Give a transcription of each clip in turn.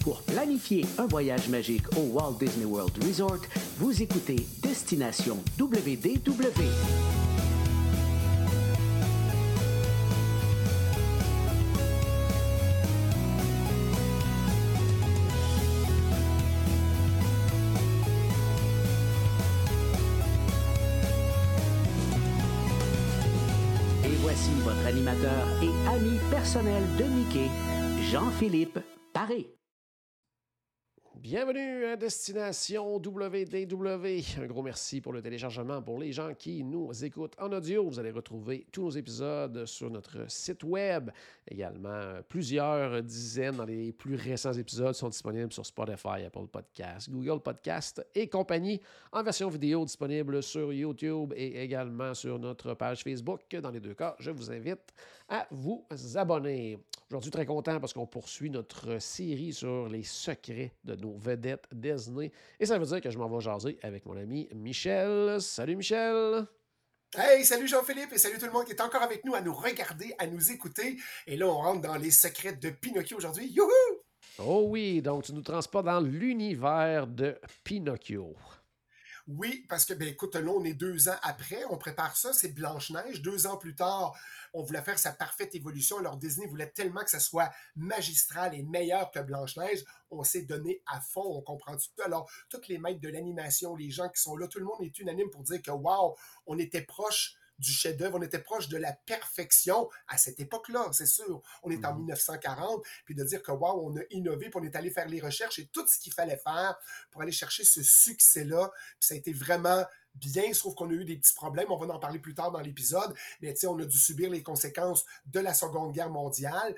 Pour planifier un voyage magique au Walt Disney World Resort, vous écoutez Destination WDW. Voici votre animateur et ami personnel de Mickey, Jean-Philippe Paré. Bienvenue à Destination WDW. Un gros merci pour le téléchargement. Pour les gens qui nous écoutent en audio, vous allez retrouver tous nos épisodes sur notre site web. Également, plusieurs dizaines dans les plus récents épisodes sont disponibles sur Spotify, Apple Podcasts, Google Podcasts et compagnie, en version vidéo disponible sur YouTube et également sur notre page Facebook. Dans les deux cas, je vous invite à vous abonner. Aujourd'hui, très content parce qu'on poursuit notre série sur les secrets de nos vedettes Disney. Et ça veut dire que je m'en vais jaser avec mon ami Michel. Salut Michel! Hey, salut Jean-Philippe et salut tout le monde qui est encore avec nous à nous regarder, à nous écouter. Et là, on rentre dans les secrets de Pinocchio aujourd'hui. Youhou! Oh oui, donc tu nous transportes dans l'univers de Pinocchio. Oui, parce que, écoute, là, on est 2 ans après, on prépare ça, c'est Blanche-Neige. 2 ans plus tard, on voulait faire sa parfaite évolution. Alors, Disney voulait tellement que ça soit magistral et meilleur que Blanche-Neige. On s'est donné à fond, on comprend tout. Alors, tous les maîtres de l'animation, les gens qui sont là, tout le monde est unanime pour dire que, wow, on était proche du chef-d'œuvre, on était proche de la perfection à cette époque-là, c'est sûr. On est en 1940, puis de dire que, wow, on a innové, puis on est allé faire les recherches et tout ce qu'il fallait faire pour aller chercher ce succès-là. Puis ça a été vraiment bien, sauf qu'on a eu des petits problèmes, on va en parler plus tard dans l'épisode, mais tu sais, on a dû subir les conséquences de la Seconde Guerre mondiale.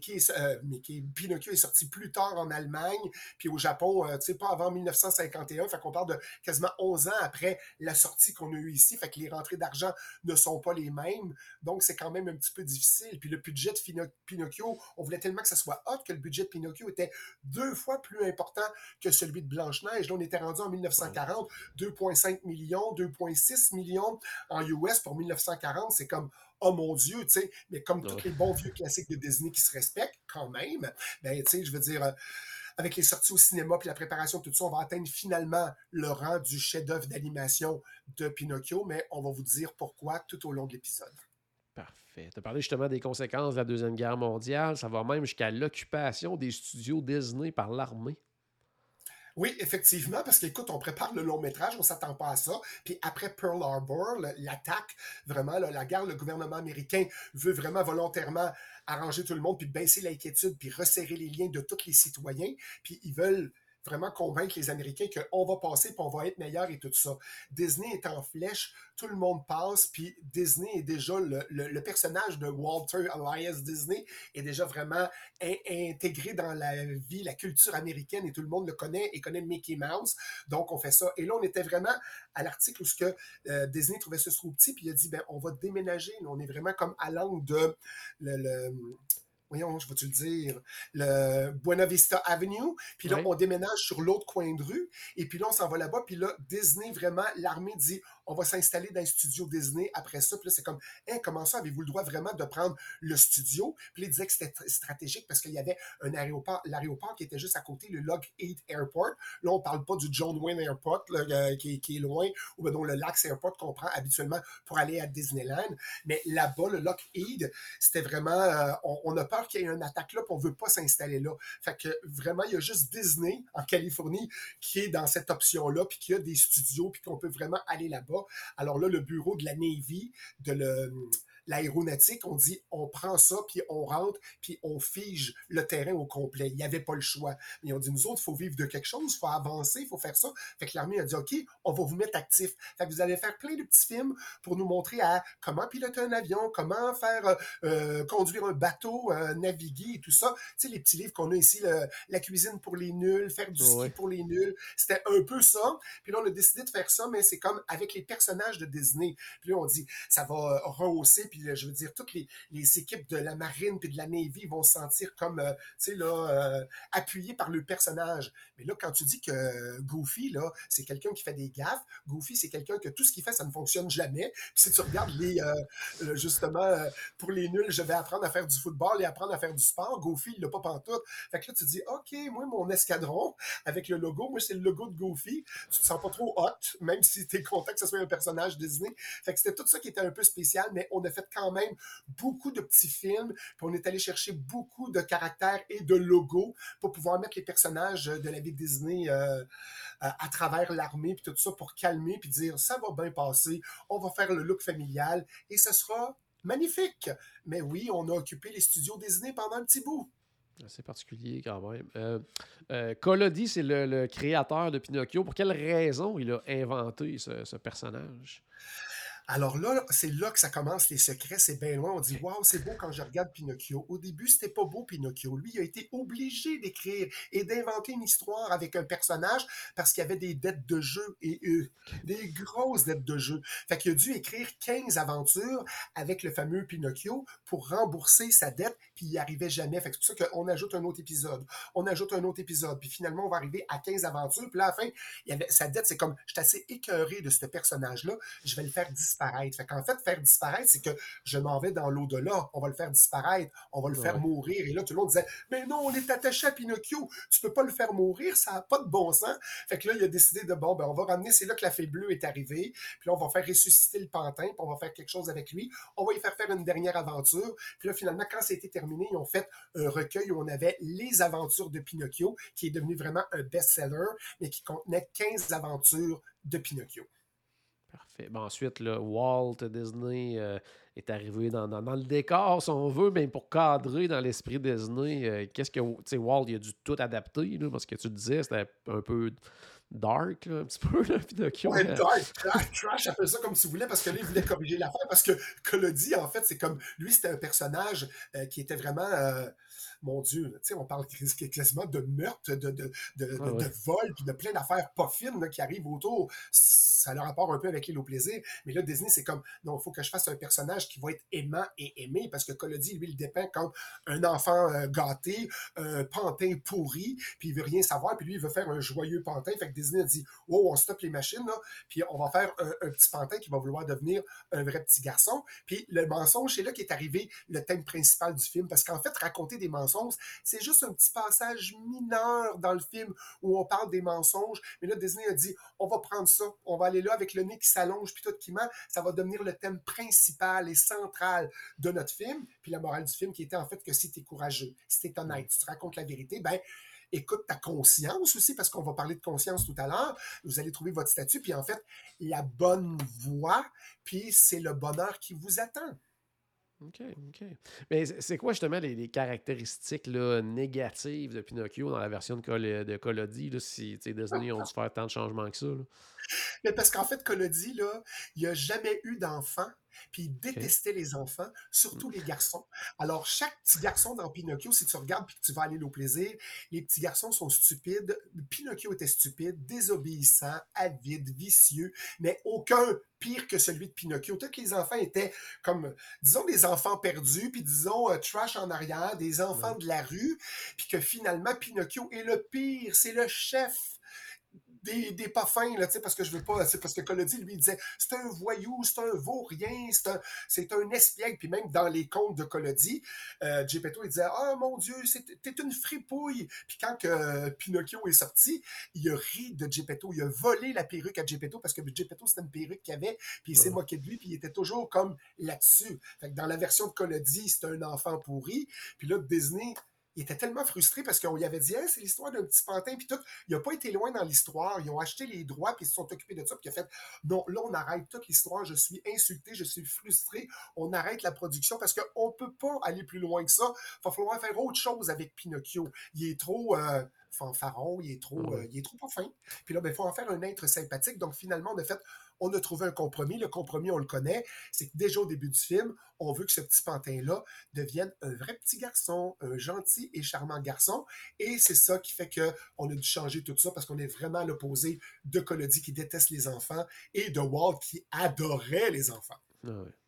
Pinocchio est sorti plus tard en Allemagne, puis au Japon, tu sais, pas avant 1951, fait qu'on parle de quasiment 11 ans après la sortie qu'on a eue ici, fait que les rentrées d'argent ne sont pas les mêmes, donc c'est quand même un petit peu difficile. Puis le budget de Pinocchio, on voulait tellement que ça soit hot que le budget de Pinocchio était 2 fois plus important que celui de Blanche-Neige. Là, on était rendu en 1940, 2,5 millions, 2,6 millions en US pour 1940, c'est comme oh mon Dieu, tu sais, mais comme tous les bons vieux classiques de Disney qui se respectent quand même, ben tu sais, je veux dire, avec les sorties au cinéma puis la préparation de tout ça, on va atteindre finalement le rang du chef-d'œuvre d'animation de Pinocchio, mais on va vous dire pourquoi tout au long de l'épisode. Parfait. Tu as parlé justement des conséquences de la Deuxième Guerre mondiale. Ça va même jusqu'à l'occupation des studios Disney par l'armée. Oui, effectivement, parce qu'écoute, on prépare le long métrage, on s'attend pas à ça. Puis après Pearl Harbor, l'attaque, vraiment, la guerre, le gouvernement américain veut vraiment volontairement arranger tout le monde, puis baisser l'inquiétude, puis resserrer les liens de tous les citoyens. Puis ils veulent vraiment convaincre les Américains qu'on va passer puis on va être meilleur et tout ça. Disney est en flèche, tout le monde passe, puis Disney est déjà, le personnage de Walter Elias Disney est déjà vraiment intégré dans la vie, la culture américaine et tout le monde le connaît et connaît Mickey Mouse. Donc, on fait ça. Et là, on était vraiment à l'article où ce que Disney trouvait ce trop petit, puis il a dit, on va déménager. Là, on est vraiment comme à l'angle de voyons, je vais-tu le dire, le Buena Vista Avenue. Puis là, on déménage sur l'autre coin de rue. Et puis là, on s'en va là-bas. Puis là, Disney, vraiment, l'armée dit, on va s'installer dans un studio Disney après ça. Puis là, c'est comme, comment ça, avez-vous le droit vraiment de prendre le studio? Puis là, ils disaient que c'était stratégique parce qu'il y avait un aéroport, l'aéroport qui était juste à côté, le Lockheed Airport. Là, on parle pas du John Wayne Airport, là, qui est loin, ou donc le Lax Airport qu'on prend habituellement pour aller à Disneyland. Mais là-bas, le Lockheed, c'était vraiment, on a peur qu'il y ait une attaque là, puis on veut pas s'installer là. Fait que vraiment, il y a juste Disney en Californie qui est dans cette option-là, puis qui a des studios, puis qu'on peut vraiment aller là-bas. Alors là, le bureau de la Navy, de l'aéronautique, on dit, on prend ça, puis on rentre, puis on fige le terrain au complet. Il n'y avait pas le choix. Mais on dit, nous autres, il faut vivre de quelque chose, il faut avancer, il faut faire ça. Fait que l'armée a dit, OK, on va vous mettre actif. Fait que vous allez faire plein de petits films pour nous montrer à comment piloter un avion, comment faire conduire un bateau, naviguer et tout ça. Tu sais, les petits livres qu'on a ici, la cuisine pour les nuls, faire du ski pour les nuls, c'était un peu ça. Puis là, on a décidé de faire ça, mais c'est comme avec les personnages de Disney. Puis là, on dit, ça va rehausser puis je veux dire, toutes les équipes de la Marine puis de la Navy vont se sentir comme, appuyées par le personnage. Mais là, quand tu dis que Goofy, là, c'est quelqu'un qui fait des gaffes, Goofy, c'est quelqu'un que tout ce qu'il fait, ça ne fonctionne jamais. Puis si tu regardes justement, pour les nuls, je vais apprendre à faire du football et apprendre à faire du sport. Goofy, il l'a pas pantoute. Fait que là, tu te dis, OK, moi, mon escadron, avec le logo, moi, c'est le logo de Goofy. Tu te sens pas trop hot, même si tu es content que ce soit un personnage Disney. Fait que c'était tout ça qui était un peu spécial, mais on a fait quand même beaucoup de petits films, puis on est allé chercher beaucoup de caractères et de logos pour pouvoir mettre les personnages de la vie Disney à travers l'armée, puis tout ça, pour calmer, puis dire, ça va bien passer, on va faire le look familial, et ce sera magnifique. Mais oui, on a occupé les studios Disney pendant un petit bout. C'est particulier quand même. Collodi, c'est le créateur de Pinocchio. Pour quelle raison il a inventé ce personnage? Alors là, c'est là que ça commence, les secrets, c'est bien loin. On dit, waouh, c'est beau quand je regarde Pinocchio. Au début, c'était pas beau, Pinocchio. Lui, il a été obligé d'écrire et d'inventer une histoire avec un personnage parce qu'il y avait des dettes de jeu et des grosses dettes de jeu. Fait qu'il a dû écrire 15 aventures avec le fameux Pinocchio pour rembourser sa dette, puis il n'y arrivait jamais. Fait que c'est pour ça qu'on ajoute un autre épisode. On ajoute un autre épisode, puis finalement, on va arriver à 15 aventures. Puis là, à la fin, il y avait, sa dette, c'est comme, je suis assez écœuré de ce personnage-là, je vais le faire disparaître. Fait qu'en fait, faire disparaître, c'est que je m'en vais dans l'au-delà. On va le faire disparaître. On va le faire mourir. Et là, tout le monde disait, mais non, on est attaché à Pinocchio. Tu peux pas le faire mourir. Ça n'a pas de bon sens. Fait que là, il a décidé de, bon, ben, on va ramener, c'est là que la fée bleue est arrivée. Puis là, on va faire ressusciter le pantin. Puis on va faire quelque chose avec lui. On va y faire une dernière aventure. Puis là, finalement, quand ça a été terminé, ils ont fait un recueil où on avait les aventures de Pinocchio, qui est devenu vraiment un best-seller, mais qui contenait 15 aventures de Pinocchio. Parfait. Bon, ensuite, là, Walt Disney est arrivé dans le décor, si on veut, mais pour cadrer dans l'esprit Disney, qu'est-ce que. Tu sais, Walt, il a dû tout adapter, là, parce que tu le disais, c'était un peu dark, là, un petit peu, là, Pinocchio. Ouais, dark, trash, appelle ça comme tu voulais, parce que là, il voulait corriger l'affaire, parce que Collodi, en fait, c'est comme, lui, c'était un personnage qui était vraiment, mon Dieu, tu sais, on parle quasiment de meurtre, de vol, puis de plein d'affaires pas fines là, qui arrivent autour. Ça a le rapport un peu avec l'île au plaisir, mais là, Disney, c'est comme, non, il faut que je fasse un personnage qui va être aimant et aimé, parce que Collodi, lui, il dépeint comme un enfant gâté, un pantin pourri, puis il veut rien savoir, puis lui, il veut faire un joyeux pantin, fait que Disney a dit, oh, on stoppe les machines, là, puis on va faire un petit pantin qui va vouloir devenir un vrai petit garçon. Puis le mensonge, c'est là qu'est arrivé le thème principal du film, parce qu'en fait, raconter des mensonges, c'est juste un petit passage mineur dans le film où on parle des mensonges, mais là, Disney a dit, on va prendre ça, on va aller là avec le nez qui s'allonge, puis tout qui ment, ça va devenir le thème principal et central de notre film, puis la morale du film qui était en fait que si t'es courageux, si t'es honnête, si tu racontes la vérité, ben écoute ta conscience aussi, parce qu'on va parler de conscience tout à l'heure, vous allez trouver votre statut, puis en fait, la bonne voie, puis c'est le bonheur qui vous attend. OK. Mais c'est quoi justement les caractéristiques là, négatives de Pinocchio dans la version de Collodi, là, si Disney ont dû faire tant de changements que ça? Là? Mais parce qu'en fait, Collodi, là, il n'a jamais eu d'enfant, puis il OK. détestait les enfants, surtout les garçons. Alors, chaque petit garçon dans Pinocchio, si tu regardes puis que tu vas aller au plaisir, les petits garçons sont stupides. Pinocchio était stupide, désobéissant, avide, vicieux, mais aucun pire que celui de Pinocchio. Tous les enfants étaient comme, disons, des enfants perdus, puis disons, trash en arrière, des enfants de la rue, puis que finalement, Pinocchio est le pire, c'est le chef des pas fins, là, parce que je veux pas, c'est parce que Collodi, lui, il disait, c'est un voyou, c'est un vaurien, c'est un espiègle, puis même dans les contes de Collodi, Geppetto, il disait, ah, mon Dieu, t'es une fripouille, puis quand Pinocchio est sorti, il a ri de Geppetto, il a volé la perruque à Geppetto, parce que Geppetto, c'était une perruque qu'il avait, puis il s'est moqué de lui, puis il était toujours comme là-dessus. Fait que dans la version de Collodi, c'est un enfant pourri, puis là, Disney, il était tellement frustré parce qu'on lui avait dit hey, c'est l'histoire d'un petit pantin puis tout. Il n'a pas été loin dans l'histoire. Ils ont acheté les droits puis ils se sont occupés de ça. Puis il a fait non, là on arrête toute l'histoire. Je suis insulté, je suis frustré. On arrête la production parce qu'on ne peut pas aller plus loin que ça. Il va falloir faire autre chose avec Pinocchio. Il est trop fanfaron, il est trop pas fin. Puis là, il faut en faire un être sympathique. Donc finalement, on a trouvé un compromis. Le compromis, on le connaît. C'est que déjà au début du film, on veut que ce petit pantin-là devienne un vrai petit garçon, un gentil et charmant garçon. Et c'est ça qui fait qu'on a dû changer tout ça parce qu'on est vraiment à l'opposé de Collodi qui déteste les enfants et de Walt qui adorait les enfants. Ah ouais.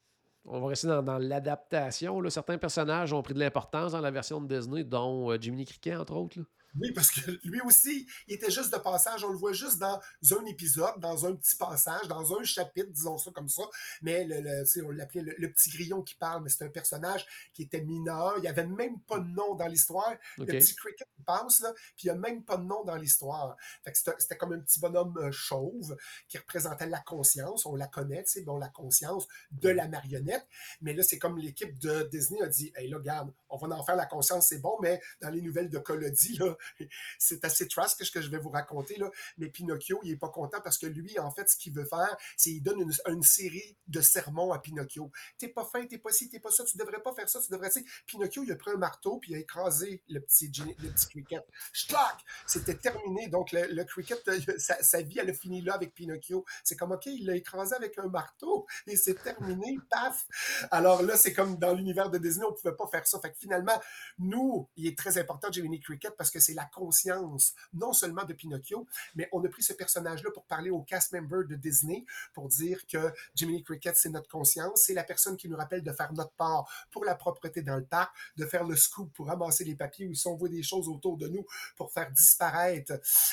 On va rester dans l'adaptation, là. Certains personnages ont pris de l'importance dans la version de Disney, dont Jiminy Cricket, entre autres, là. Oui, parce que lui aussi, il était juste de passage. On le voit juste dans un épisode, dans un petit passage, dans un chapitre, disons ça comme ça. Mais on l'appelait le petit grillon qui parle, mais c'est un personnage qui était mineur. Il n'y avait même pas de nom dans l'histoire. Le OK. petit Cricket passe, là, puis il n'y a même pas de nom dans l'histoire. Fait que c'était comme un petit bonhomme chauve qui représentait la conscience. On la connaît, tu sais, bon, la conscience de Ouais. la marionnette. Mais là, c'est comme l'équipe de Disney a dit, hey, là, regarde, on va en faire la conscience, c'est bon, mais dans les nouvelles de Collodi, là, c'est assez trash que je vais vous raconter, là. Mais Pinocchio, il est pas content parce que lui, en fait, ce qu'il veut faire, c'est qu'il donne une série de sermons à Pinocchio. T'es pas fin, t'es pas ci, t'es pas ça, tu devrais pas faire ça, tu devrais, tu sais. Pinocchio, il a pris un marteau puis il a écrasé le petit cricket. Schlac! C'était terminé. Donc, le cricket, sa vie, elle a fini là avec Pinocchio. C'est comme, OK, il l'a écrasé avec un marteau et c'est terminé, paf! Alors là, c'est comme dans l'univers de Disney, on pouvait pas faire ça. Fait que finalement, nous, il est très important, Jiminy Cricket, parce que c'est la conscience, non seulement de Pinocchio, mais on a pris ce personnage-là pour parler aux cast members de Disney, pour dire que Jiminy Cricket, c'est notre conscience, c'est la personne qui nous rappelle de faire notre part pour la propreté dans le parc, de faire le scoop pour ramasser les papiers, ou si on voit des choses autour de nous, pour faire disparaître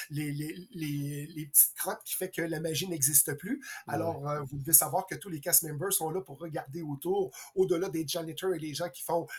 les petites crottes qui fait que la magie n'existe plus. Ouais. Alors, vous devez savoir que tous les cast members sont là pour regarder autour, au-delà des janitors et les gens qui font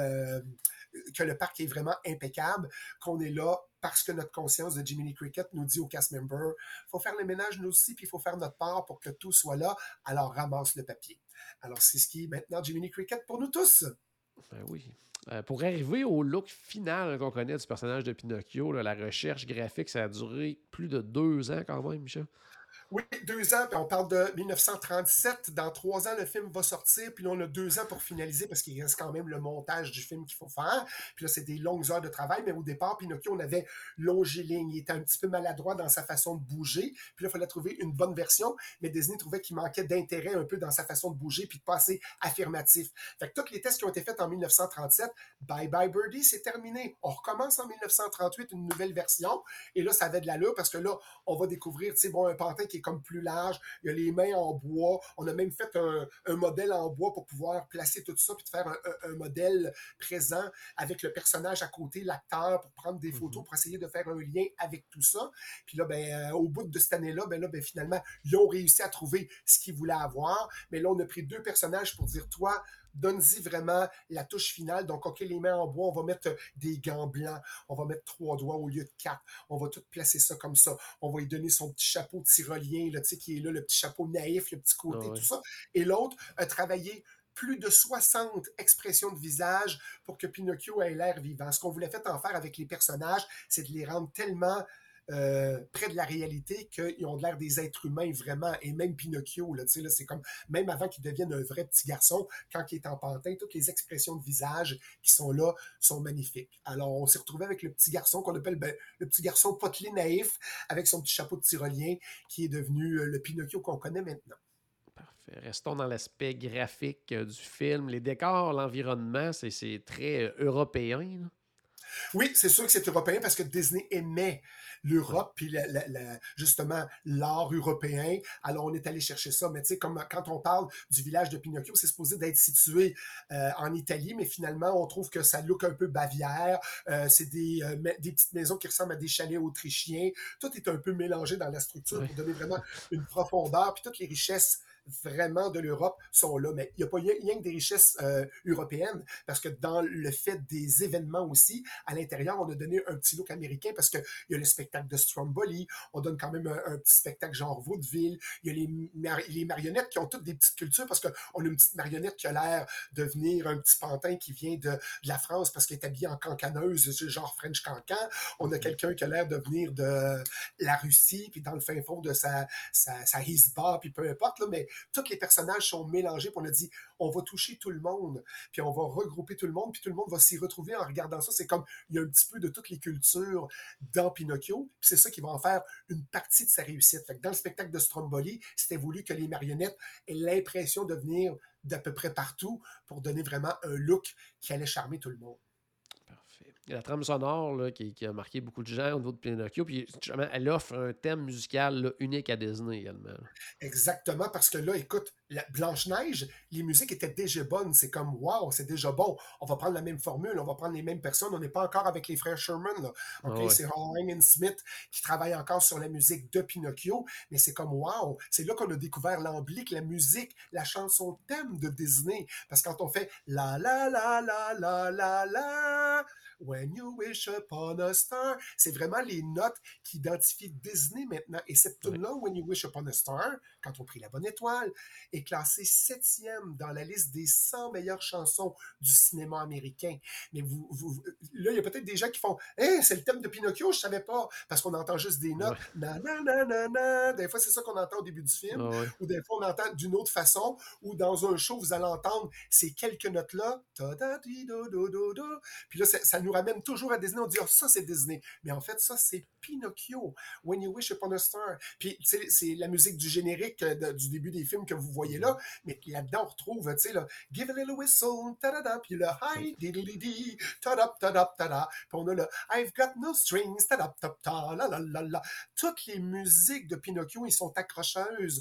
que le parc est vraiment impeccable, qu'on est là parce que notre conscience de Jiminy Cricket nous dit aux cast members, il faut faire le ménage nous aussi, puis il faut faire notre part pour que tout soit là, alors ramasse le papier. Alors c'est ce qui est maintenant Jiminy Cricket pour nous tous. Ben oui. Pour arriver au look final qu'on connaît du personnage de Pinocchio, là, la recherche graphique, ça a duré plus de 2 ans quand même, Michel. Oui, 2 ans, puis on parle de 1937. Dans 3 ans, le film va sortir, puis là, on a 2 ans pour finaliser parce qu'il reste quand même le montage du film qu'il faut faire. Puis là, c'est des longues heures de travail, mais au départ, Pinocchio, on avait longiligne. Il était un petit peu maladroit dans sa façon de bouger. Puis là, il fallait trouver une bonne version, mais Disney trouvait qu'il manquait d'intérêt un peu dans sa façon de bouger, puis de pas assez affirmatif. Fait que tous les tests qui ont été faits en 1937, Bye Bye Birdie, c'est terminé. On recommence en 1938 une nouvelle version, et là, ça avait de l'allure parce que là, on va découvrir, tu sais, bon, un pantin qui est comme plus large, il y a les mains en bois, on a même fait un modèle en bois pour pouvoir placer tout ça, puis de faire un modèle présent avec le personnage à côté, l'acteur, pour prendre des photos, pour essayer de faire un lien avec tout ça. Puis là, au bout de cette année-là, finalement, ils ont réussi à trouver ce qu'ils voulaient avoir, mais là, on a pris 2 personnages pour dire, toi, donne-y vraiment la touche finale. Donc, OK, les mains en bois, on va mettre des gants blancs, on va mettre 3 doigts au lieu de 4, on va tout placer ça comme ça, on va lui donner son petit chapeau tyrolien, là, qui est là, le petit chapeau naïf, le petit Ah côté, tout ouais. ça. Et l'autre a travaillé plus de 60 expressions de visage pour que Pinocchio ait l'air vivant. Ce qu'on voulait en faire avec les personnages, c'est de les rendre tellement près de la réalité qu'ils ont de l'air des êtres humains vraiment, et même Pinocchio, là, là, c'est comme, même avant qu'il devienne un vrai petit garçon, quand il est en pantin, toutes les expressions de visage qui sont là sont magnifiques. Alors, on s'est retrouvé avec le petit garçon qu'on appelle le petit garçon potelé naïf, avec son petit chapeau de tyrolien, qui est devenu le Pinocchio qu'on connaît maintenant. Parfait. Restons dans l'aspect graphique du film. Les décors, l'environnement, c'est très européen, là. Oui, c'est sûr que c'est européen parce que Disney aimait Ouais. l'Europe puis justement l'art européen. Alors on est allé chercher ça. Mais tu sais, comme quand on parle du village de Pinocchio, c'est supposé d'être situé en Italie, mais finalement on trouve que ça look un peu Bavière. C'est des petites maisons qui ressemblent à des chalets autrichiens. Tout est un peu mélangé dans la structure Ouais. pour donner vraiment une profondeur. Puis toutes les richesses vraiment de l'Europe sont là. Mais il n'y a pas rien que des richesses européennes, parce que dans le fait des événements aussi, à l'intérieur, on a donné un petit look américain parce qu'il y a le spectacle de Stromboli, on donne quand même un petit spectacle genre vaudeville, il y a les marionnettes qui ont toutes des petites cultures parce qu'on a une petite marionnette qui a l'air de venir un petit pantin qui vient de la France parce qu'elle est habillée en cancaneuse, genre French cancan. On a quelqu'un qui a l'air de venir de la Russie, puis dans le fin fond de sa Hisba, puis peu importe, là, mais tous les personnages sont mélangés, puis on a dit, on va toucher tout le monde, puis on va regrouper tout le monde, puis tout le monde va s'y retrouver en regardant ça. C'est comme, il y a un petit peu de toutes les cultures dans Pinocchio, puis c'est ça qui va en faire une partie de sa réussite. Fait que dans le spectacle de Stromboli, c'était voulu que les marionnettes aient l'impression de venir d'à peu près partout pour donner vraiment un look qui allait charmer tout le monde. Parfait. La trame sonore là, qui a marqué beaucoup de gens au niveau de Pinocchio, puis justement, elle offre un thème musical là, unique à Disney également. Là. Exactement, parce que là, écoute, Blanche-Neige, les musiques étaient déjà bonnes. C'est comme, wow, c'est déjà bon. On va prendre la même formule, on va prendre les mêmes personnes. On n'est pas encore avec les frères Sherman, là. OK, Ah ouais. c'est Hall Smith qui travaille encore sur la musique de Pinocchio, mais c'est comme, wow, c'est là qu'on a découvert l'emblique, la musique, la chanson thème de Disney. Parce que quand on fait la la la la la la la, When you wish upon a star, c'est vraiment les notes qui identifient Disney maintenant. Et cette Ouais. tune-là, When you wish upon a star, quand on prie la bonne étoile, est classée 7e dans la liste des 100 meilleures chansons du cinéma américain. Mais là, il y a peut-être des gens qui font hey, c'est le thème de Pinocchio, je savais pas, parce qu'on entend juste des notes. Ouais. Na, na, na, na, na. Des fois, c'est ça qu'on entend au début du film, Ah ouais. ou des fois, on entend d'une autre façon, ou dans un show, vous allez entendre ces quelques notes-là. Puis là, ça nous ramène toujours à Disney. On dit, oh, ça, c'est Disney. Mais en fait, ça, c'est Pinocchio. When you wish upon a star. Puis, tu sais, c'est la musique du générique du début des films que vous voyez là. Mais là-dedans, on retrouve, tu sais, là, Give a little whistle, ta-da-da. Puis le hi, di-di-di-di, ta-da-da-da-da-da. Puis on a le I've got no strings, ta-da-da-da-la-la-la-la. Toutes les musiques de Pinocchio, ils sont accrocheuses.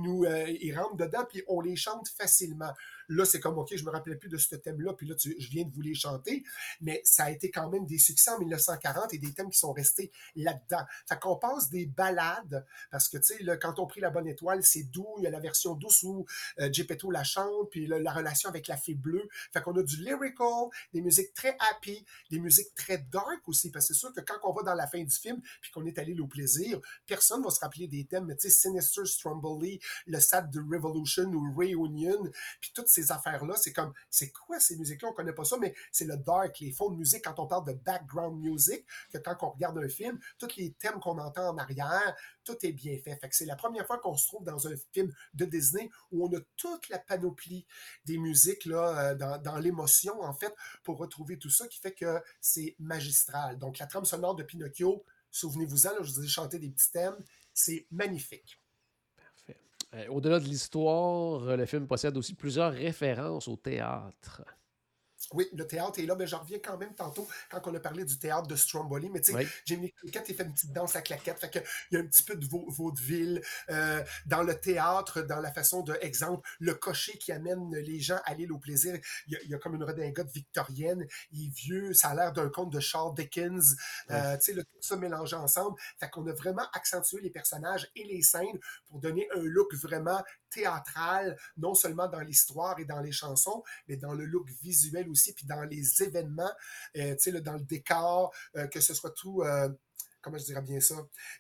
Ils rentrent dedans, puis on les chante facilement. Là, c'est comme, OK, je me rappelais plus de ce thème-là, puis là, je viens de vous les chanter, mais ça a été quand même des succès en 1940 et des thèmes qui sont restés là-dedans. Fait qu'on passe des ballades, parce que, tu sais, quand on prie la bonne étoile, c'est doux, il y a la version douce où Geppetto la chante, puis la relation avec la fée bleue. Fait qu'on a du lyrical, des musiques très happy, des musiques très dark aussi, parce que c'est sûr que quand on va dans la fin du film, puis qu'on est allé au plaisir, personne va se rappeler des thèmes, mais tu sais, Sinister Stromboli, le Sad de Revolution ou Reunion, puis toutes ces affaires-là, c'est comme, c'est quoi ces musiques-là? On connaît pas ça, mais c'est le dark, les fonds de musique, quand on parle de background music, que quand on regarde un film, tous les thèmes qu'on entend en arrière, tout est bien fait. Fait que c'est la première fois qu'on se trouve dans un film de Disney où on a toute la panoplie des musiques là, dans l'émotion, en fait, pour retrouver tout ça, qui fait que c'est magistral. Donc, la trame sonore de Pinocchio, souvenez-vous-en, là, je vous ai chanté des petits thèmes, c'est magnifique. Parfait. Au-delà de l'histoire, le film possède aussi plusieurs références au théâtre. Oui, le théâtre est là, mais j'en reviens quand même tantôt quand on a parlé du théâtre de Stromboli. Mais tu sais, Oui. Jamie Cricket, il fait une petite danse à claquettes. Fait qu'il y a un petit peu de vaudeville dans le théâtre, dans la façon de, exemple, le cocher qui amène les gens à l'île au plaisir. Il y a comme une redingote victorienne. Il est vieux, ça a l'air d'un conte de Charles Dickens. Tu sais, tout ça mélangé ensemble. Fait qu'on a vraiment accentué les personnages et les scènes pour donner un look vraiment théâtral, non seulement dans l'histoire et dans les chansons, mais dans le look visuel aussi, puis dans les événements, tu sais, dans le décor, que ce soit tout, comment je dirais bien ça,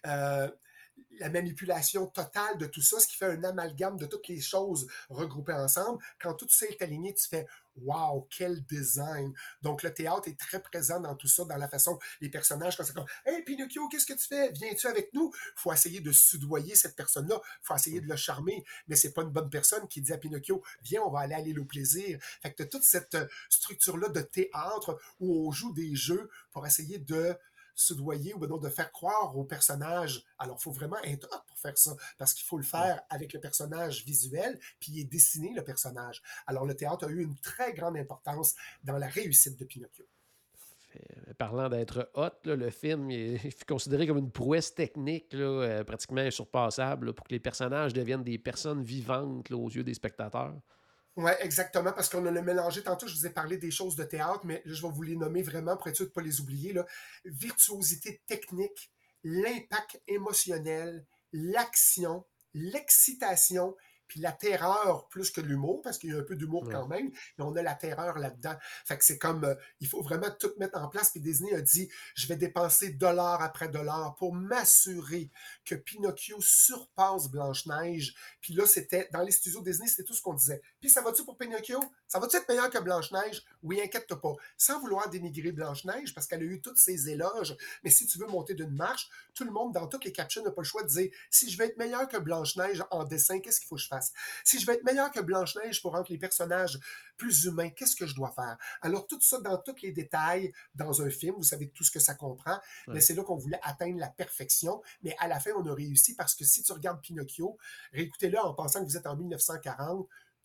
la manipulation totale de tout ça, ce qui fait un amalgame de toutes les choses regroupées ensemble. Quand tout ça est aligné, tu fais wow, quel design! Donc, le théâtre est très présent dans tout ça, dans la façon, les personnages, quand c'est comme hey, Pinocchio, qu'est-ce que tu fais? Viens-tu avec nous? Il faut essayer de soudoyer cette personne-là, il faut essayer de le charmer, mais c'est pas une bonne personne qui dit à Pinocchio, viens, on va aller à l'île au plaisir. Fait que tu as toute cette structure-là de théâtre où on joue des jeux pour essayer de soudoyer ou ben non, de faire croire au personnage. Alors, il faut vraiment être hot pour faire ça, parce qu'il faut le faire avec le personnage visuel, puis il est dessiné, le personnage. Alors, le théâtre a eu une très grande importance dans la réussite de Pinocchio. Parlant d'être hot, là, le film est considéré comme une prouesse technique là, pratiquement insurpassable là, pour que les personnages deviennent des personnes vivantes là, aux yeux des spectateurs. Oui, exactement, parce qu'on a le mélangé. Tantôt, je vous ai parlé des choses de théâtre, mais là, je vais vous les nommer vraiment pour être sûr de ne pas les oublier. Là. Virtuosité technique, l'impact émotionnel, l'action, l'excitation, puis la terreur plus que l'humour, parce qu'il y a un peu d'humour Ouais. quand même, mais on a la terreur là-dedans. Fait que c'est comme, il faut vraiment tout mettre en place. Puis Disney a dit, je vais dépenser dollar après dollar pour m'assurer que Pinocchio surpasse Blanche-Neige. Puis là, c'était, dans les studios Disney, c'était tout ce qu'on disait. Puis ça va-tu pour Pinocchio? Ça va-tu être meilleur que Blanche-Neige? Oui, inquiète-toi pas. Sans vouloir dénigrer Blanche-Neige, parce qu'elle a eu tous ses éloges, mais si tu veux monter d'une marche, tout le monde, dans toutes les captions, n'a pas le choix de dire, si je veux être meilleur que Blanche-Neige en dessin, qu'est-ce qu'il faut que je fasse? Si je veux être meilleur que Blanche-Neige pour rendre les personnages plus humains, qu'est-ce que je dois faire? Alors, tout ça dans tous les détails dans un film, vous savez tout ce que ça comprend, mais c'est là qu'on voulait atteindre la perfection, mais à la fin, on a réussi parce que si tu regardes Pinocchio, réécoutez-le en pensant que vous êtes en 1940,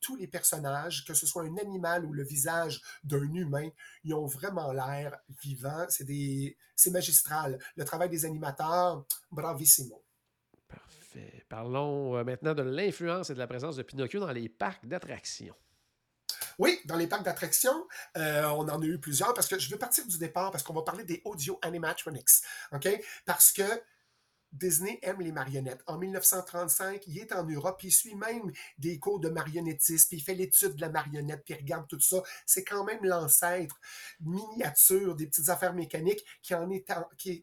tous les personnages, que ce soit un animal ou le visage d'un humain, ils ont vraiment l'air vivants. C'est magistral. Le travail des animateurs, bravissimo. Parfait. Parlons maintenant de l'influence et de la présence de Pinocchio dans les parcs d'attractions. Oui, dans les parcs d'attractions, on en a eu plusieurs parce que je veux partir du départ parce qu'on va parler des audio animatronics, OK? Parce que Disney aime les marionnettes. En 1935, il est en Europe, il suit même des cours de marionnettisme, puis il fait l'étude de la marionnette, puis il regarde tout ça. C'est quand même l'ancêtre miniature des petites affaires mécaniques qui en est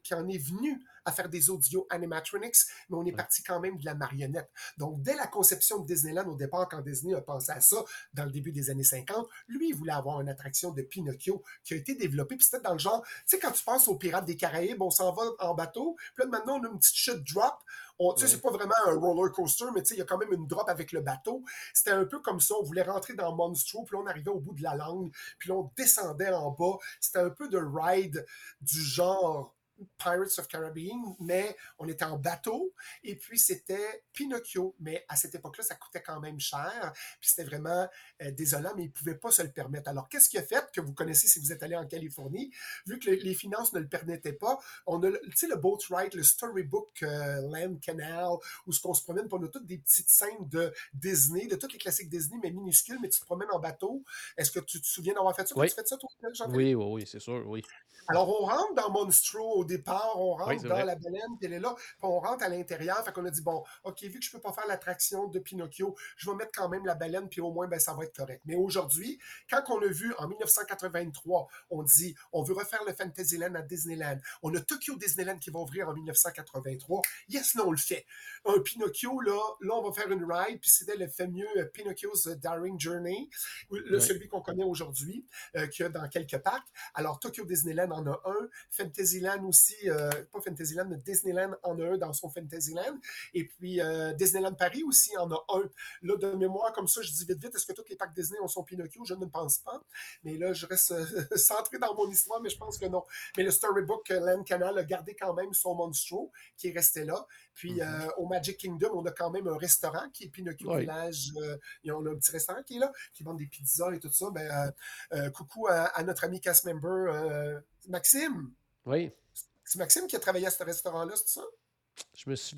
venu à faire des audio animatronics, mais on est parti quand même de la marionnette. Donc, dès la conception de Disneyland, au départ, quand Disney a pensé à ça, dans le début des années 50, lui, il voulait avoir une attraction de Pinocchio qui a été développée, puis c'était dans le genre, tu sais, quand tu penses aux Pirates des Caraïbes, on s'en va en bateau, puis là, maintenant, on a une petite chute drop. Tu sais, c'est pas vraiment un roller coaster, mais tu sais, il y a quand même une drop avec le bateau. C'était un peu comme ça. On voulait rentrer dans Monstro, puis là, on arrivait au bout de la langue, puis là, on descendait en bas. C'était un peu de ride du genre Pirates of Caribbean, mais on était en bateau, et puis c'était Pinocchio, mais à cette époque-là, ça coûtait quand même cher, puis c'était vraiment désolant, mais ils ne pouvaient pas se le permettre. Alors, qu'est-ce qu'il a fait, que vous connaissez si vous êtes allé en Californie, vu que les finances ne le permettaient pas, on a, tu sais, le boat ride, le Storybook Land Canal, où on se promène, puis on a toutes des petites scènes de Disney, de tous les classiques Disney, mais minuscules, mais tu te promènes en bateau. Est-ce que tu te souviens d'avoir fait ça? Oui. Tu fais ça, toi, Oui, c'est sûr, oui. Alors, on rentre dans Monstro au départ, on rentre dans vrai. la baleine, puis elle est là, puis on rentre à l'intérieur, fait qu'on a dit, bon, OK, vu que je peux pas faire l'attraction de Pinocchio, je vais mettre quand même la baleine, puis au moins, ben, ça va être correct. Mais aujourd'hui, quand on a vu, en 1983, on dit, on veut refaire le Fantasyland à Disneyland, on a Tokyo Disneyland qui va ouvrir en 1983, yes, non, on le fait. Un Pinocchio, là, on va faire une ride, puis c'était le fameux Pinocchio's Daring Journey, celui qu'on connaît aujourd'hui, qu'il y a dans quelques parcs. Alors, Tokyo Disneyland en a un, Fantasyland aussi, pas Fantasyland, mais Disneyland en a un dans son Fantasyland, et puis Disneyland Paris aussi en a un. Là, de mémoire, comme ça, je dis vite, est-ce que tous les parcs Disney ont son Pinocchio? Je ne pense pas, mais là, je reste centré dans mon histoire, mais je pense que non. Mais le Storybook Land Canal a gardé quand même son Monstro, qui est resté là. Puis au Magic Kingdom, on a quand même un restaurant qui est Pinocchio Village. On a un petit restaurant qui est là, qui vend des pizzas et tout ça. Ben, coucou à notre ami cast member Maxime. Oui. C'est Maxime qui a travaillé à ce restaurant-là, c'est ça? Je suis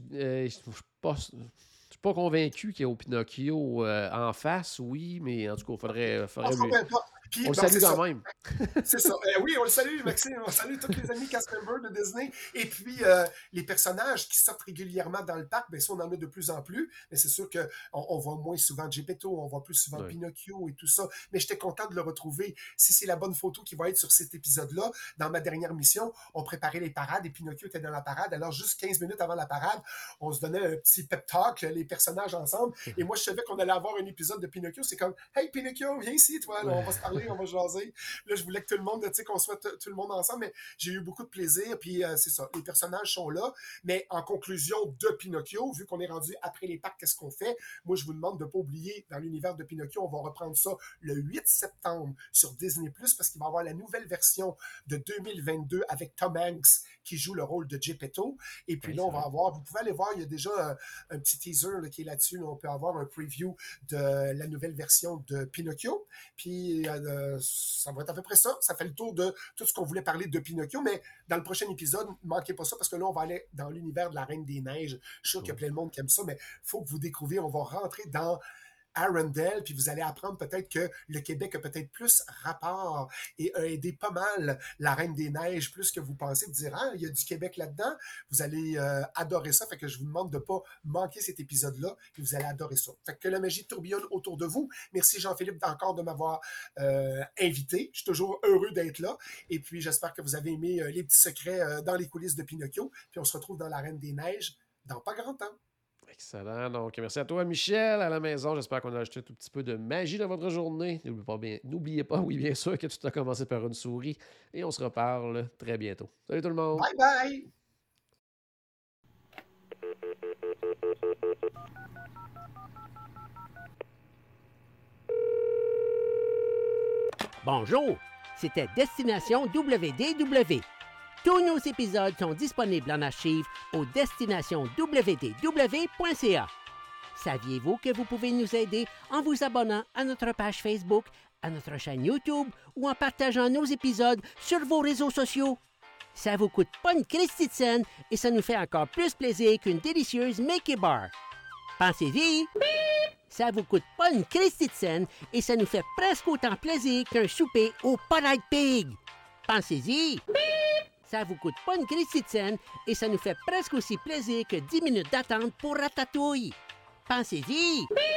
pas convaincu qu'il y ait au Pinocchio en face, oui, mais en tout cas, il faudrait Puis, on le salue quand même. C'est ça. Oui, on le salue, Maxime. On salue tous les amis cast members de Disney. Et puis, les personnages qui sortent régulièrement dans le parc, bien ça, on en a de plus en plus. Mais c'est sûr qu'on voit moins souvent Geppetto, on voit plus souvent Pinocchio et tout ça. Mais j'étais content de le retrouver. Si c'est la bonne photo qui va être sur cet épisode-là, dans ma dernière mission, on préparait les parades et Pinocchio était dans la parade. Alors, juste 15 minutes avant la parade, on se donnait un petit pep talk, les personnages ensemble. Et moi, je savais qu'on allait avoir un épisode de Pinocchio. C'est comme, hey, Pinocchio, viens ici, toi. Là, on va se parler, on va jaser. Là, je voulais que tout le monde, tu sais, qu'on soit tout le monde ensemble, mais j'ai eu beaucoup de plaisir. Puis, c'est ça, les personnages sont là. Mais en conclusion de Pinocchio, vu qu'on est rendu après les parcs, qu'est-ce qu'on fait? Moi, je vous demande de ne pas oublier, dans l'univers de Pinocchio, on va reprendre ça le 8 septembre sur Disney+, parce qu'il va y avoir la nouvelle version de 2022 avec Tom Hanks qui joue le rôle de Geppetto. Et puis là, on va avoir, vous pouvez aller voir, il y a déjà un petit teaser là, qui est là-dessus. Là, on peut avoir un preview de la nouvelle version de Pinocchio. Puis, ça va être à peu près ça. Ça fait le tour de tout ce qu'on voulait parler de Pinocchio, mais dans le prochain épisode, ne manquez pas ça, parce que là, on va aller dans l'univers de la Reine des Neiges. Je suis sûr qu'il y a plein de monde qui aime ça, mais il faut que vous découvriez, on va rentrer dans Arendelle, puis vous allez apprendre peut-être que le Québec a peut-être plus rapport et a aidé pas mal la Reine des Neiges, plus que vous pensez, de dire « Ah, il y a du Québec là-dedans », vous allez adorer ça, fait que je vous demande de ne pas manquer cet épisode-là, et vous allez adorer ça. Fait que la magie tourbillonne autour de vous. Merci Jean-Philippe encore de m'avoir invité, je suis toujours heureux d'être là, et puis j'espère que vous avez aimé les petits secrets dans les coulisses de Pinocchio, puis on se retrouve dans la Reine des Neiges dans pas grand temps. Excellent. Donc, merci à toi, Michel, à la maison. J'espère qu'on a ajouté un tout petit peu de magie dans votre journée. N'oubliez pas, oui, bien sûr, que tout a commencé par une souris. Et on se reparle très bientôt. Salut tout le monde. Bye bye. Bonjour, c'était Destination WDW. Tous nos épisodes sont disponibles en archive au destinationwdw.ca. Saviez-vous que vous pouvez nous aider en vous abonnant à notre page Facebook, à notre chaîne YouTube ou en partageant nos épisodes sur vos réseaux sociaux? Ça vous coûte pas une Christie de scène et ça nous fait encore plus plaisir qu'une délicieuse Mickey Bar. Pensez-y! Ça vous coûte pas une Christie de scène et ça nous fait presque autant plaisir qu'un souper au Polite Pig. Pensez-y! Ça vous coûte pas une Christie de scène et ça nous fait presque aussi plaisir que 10 minutes d'attente pour Ratatouille. Pensez-y!